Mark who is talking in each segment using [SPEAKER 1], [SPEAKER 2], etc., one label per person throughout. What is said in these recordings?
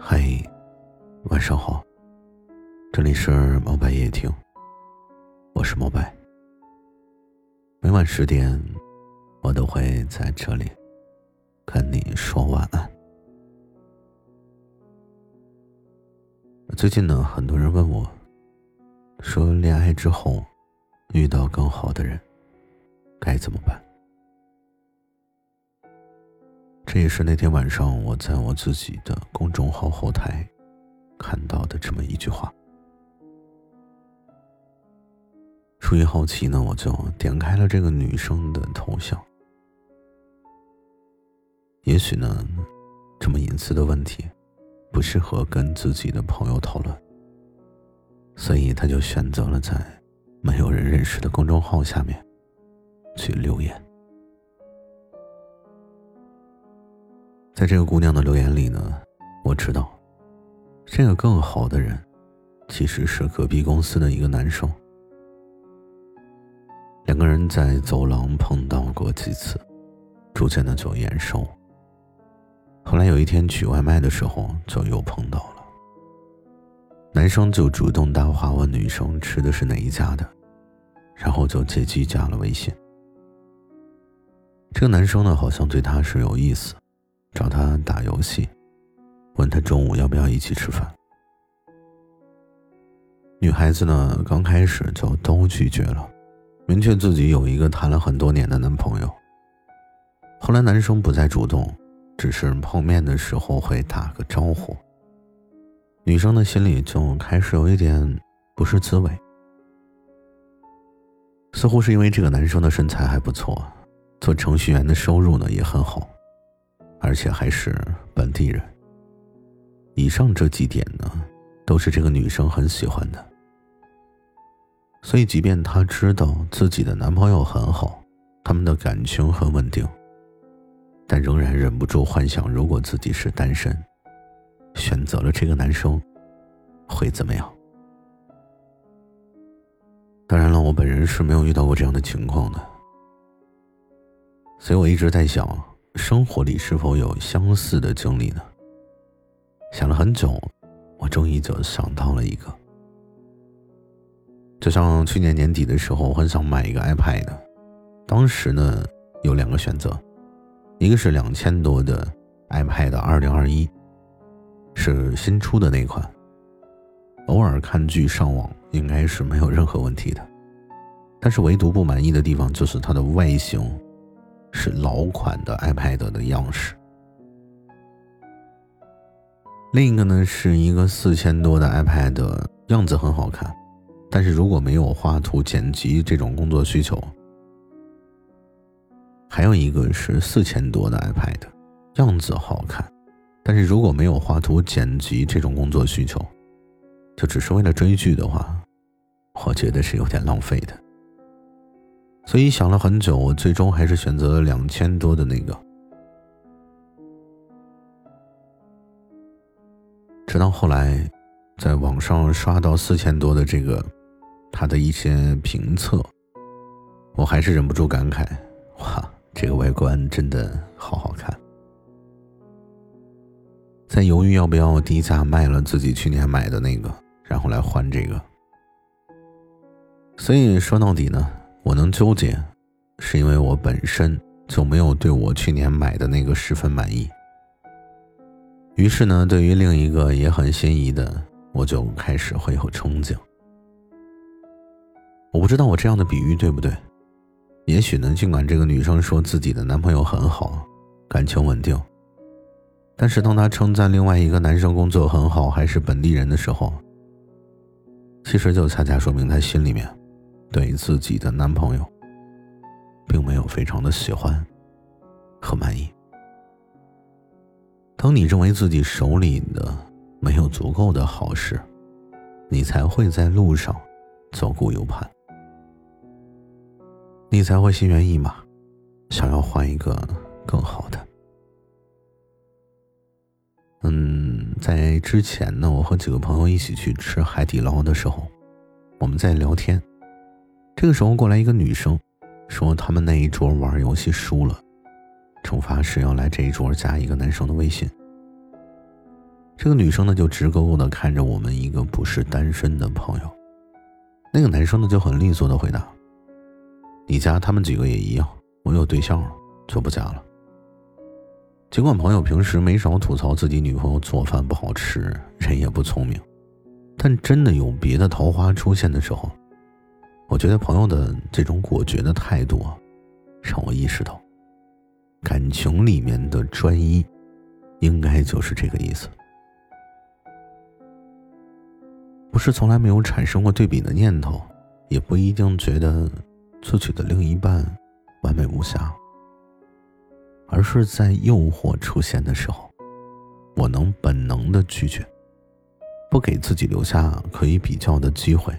[SPEAKER 1] 嗨，晚上好，这里是毛白夜听，我是毛白。每晚10点，我都会在这里跟你说晚安。最近呢，很多人问我，说恋爱之后遇到更好的人该怎么办？这也是那天晚上我在我自己的公众号后台看到的这么一句话。出于好奇呢，我就点开了这个女生的头像。也许呢，这么隐私的问题不适合跟自己的朋友讨论，所以她就选择了在没有人认识的公众号下面去留言。在这个姑娘的留言里呢，我知道这个更好的人其实是隔壁公司的一个男生。两个人在走廊碰到过几次，逐渐的就眼熟。后来有一天取外卖的时候就又碰到了，男生就主动搭话问女生吃的是哪一家的，然后就借机加了微信。这个男生呢，好像对她是有意思，找她打游戏，问她中午要不要一起吃饭。女孩子呢，刚开始就都拒绝了，明确自己有一个谈了很多年的男朋友。后来男生不再主动，只是碰面的时候会打个招呼，女生的心里就开始有一点不是滋味。似乎是因为这个男生的身材还不错，做程序员的收入呢也很好，而且还是本地人。以上这几点呢，都是这个女生很喜欢的。所以即便她知道自己的男朋友很好，他们的感情很稳定，但仍然忍不住幻想，如果自己是单身，选择了这个男生会怎么样。当然了，我本人是没有遇到过这样的情况的，所以我一直在想，生活里是否有相似的经历呢？想了很久，我终于就想到了一个。就像去年年底的时候，我很想买一个 iPad， 当时呢有2个选择，一个是2000多的 iPad 2021，是新出的那款，偶尔看剧上网应该是没有任何问题的，但是唯独不满意的地方就是它的外形是老款的 iPad 的样式。另一个呢是一个4000多的 iPad， 样子很好看，但是如果没有画图剪辑这种工作需求。还有一个是4000多的 iPad， 样子好看，但是如果没有画图剪辑这种工作需求，就只是为了追剧的话，我觉得是有点浪费的。所以想了很久，我最终还是选择了2000多的那个。直到后来在网上刷到4000多的这个它的一些评测，我还是忍不住感慨，哇，这个外观真的好好看。在犹豫要不要低价卖了自己去年买的那个，然后来换这个。所以说到底呢，我能纠结，是因为我本身就没有对我去年买的那个十分满意。于是呢，对于另一个也很心仪的，我就开始会有憧憬。我不知道我这样的比喻对不对，也许呢，尽管这个女生说自己的男朋友很好，感情稳定，但是当她称赞另外一个男生工作很好，还是本地人的时候，其实就恰恰说明她心里面对自己的男朋友并没有非常的喜欢和满意。当你认为自己手里的没有足够的好事，你才会在路上左顾右盼，你才会心猿意马，想要换一个更好的。在之前呢，我和几个朋友一起去吃海底捞的时候，我们在聊天。这个时候过来一个女生，说他们那一桌玩游戏输了，惩罚是要来这一桌加一个男生的微信。 这个女生呢就直勾勾地看着我们一个不是单身的朋友。那个男生呢就很利索地回答：你家他们几个也一样，我有对象了，就不加了。尽管朋友平时没少吐槽自己女朋友做饭不好吃，人也不聪明，但真的有别的桃花出现的时候，我觉得朋友的这种果决的态度让我意识到，感情里面的专一应该就是这个意思。不是从来没有产生过对比的念头，也不一定觉得自己的另一半完美无瑕，而是在诱惑出现的时候，我能本能的拒绝，不给自己留下可以比较的机会。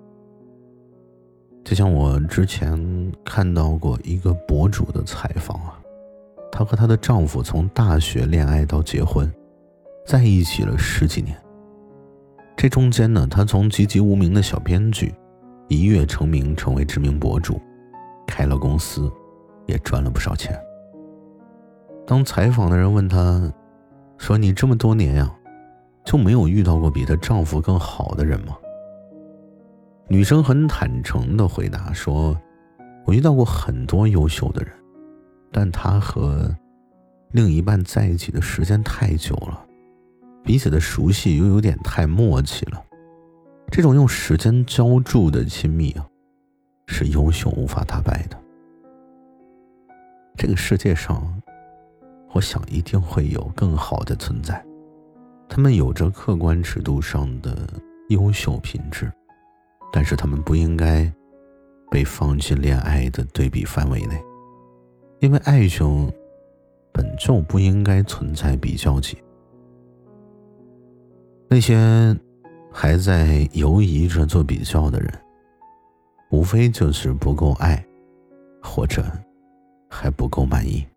[SPEAKER 1] 就像我之前看到过一个博主的采访她和她的丈夫从大学恋爱到结婚，在一起了10几年。这中间呢，她从籍籍无名的小编剧一跃成名，成为知名博主，开了公司，也赚了不少钱。当采访的人问她说：你这么多年呀，就没有遇到过比她丈夫更好的人吗？女生很坦诚地回答说：我遇到过很多优秀的人，但他和另一半在一起的时间太久了，彼此的熟悉又有点太默契了。这种用时间浇筑的亲密是优秀无法打败的。这个世界上，我想一定会有更好的存在，他们有着客观尺度上的优秀品质，但是他们不应该被放进恋爱的对比范围内，因为爱情本就不应该存在比较级。那些还在犹疑着做比较的人，无非就是不够爱，或者还不够满意。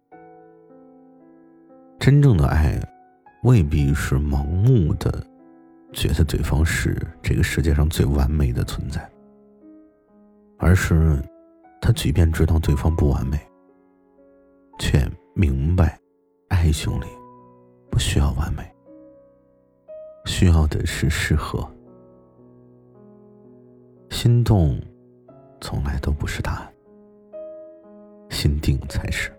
[SPEAKER 1] 真正的爱未必是盲目的觉得对方是这个世界上最完美的存在，而是他即便知道对方不完美，却明白爱情里不需要完美，需要的是适合。心动从来都不是答案，心定才是。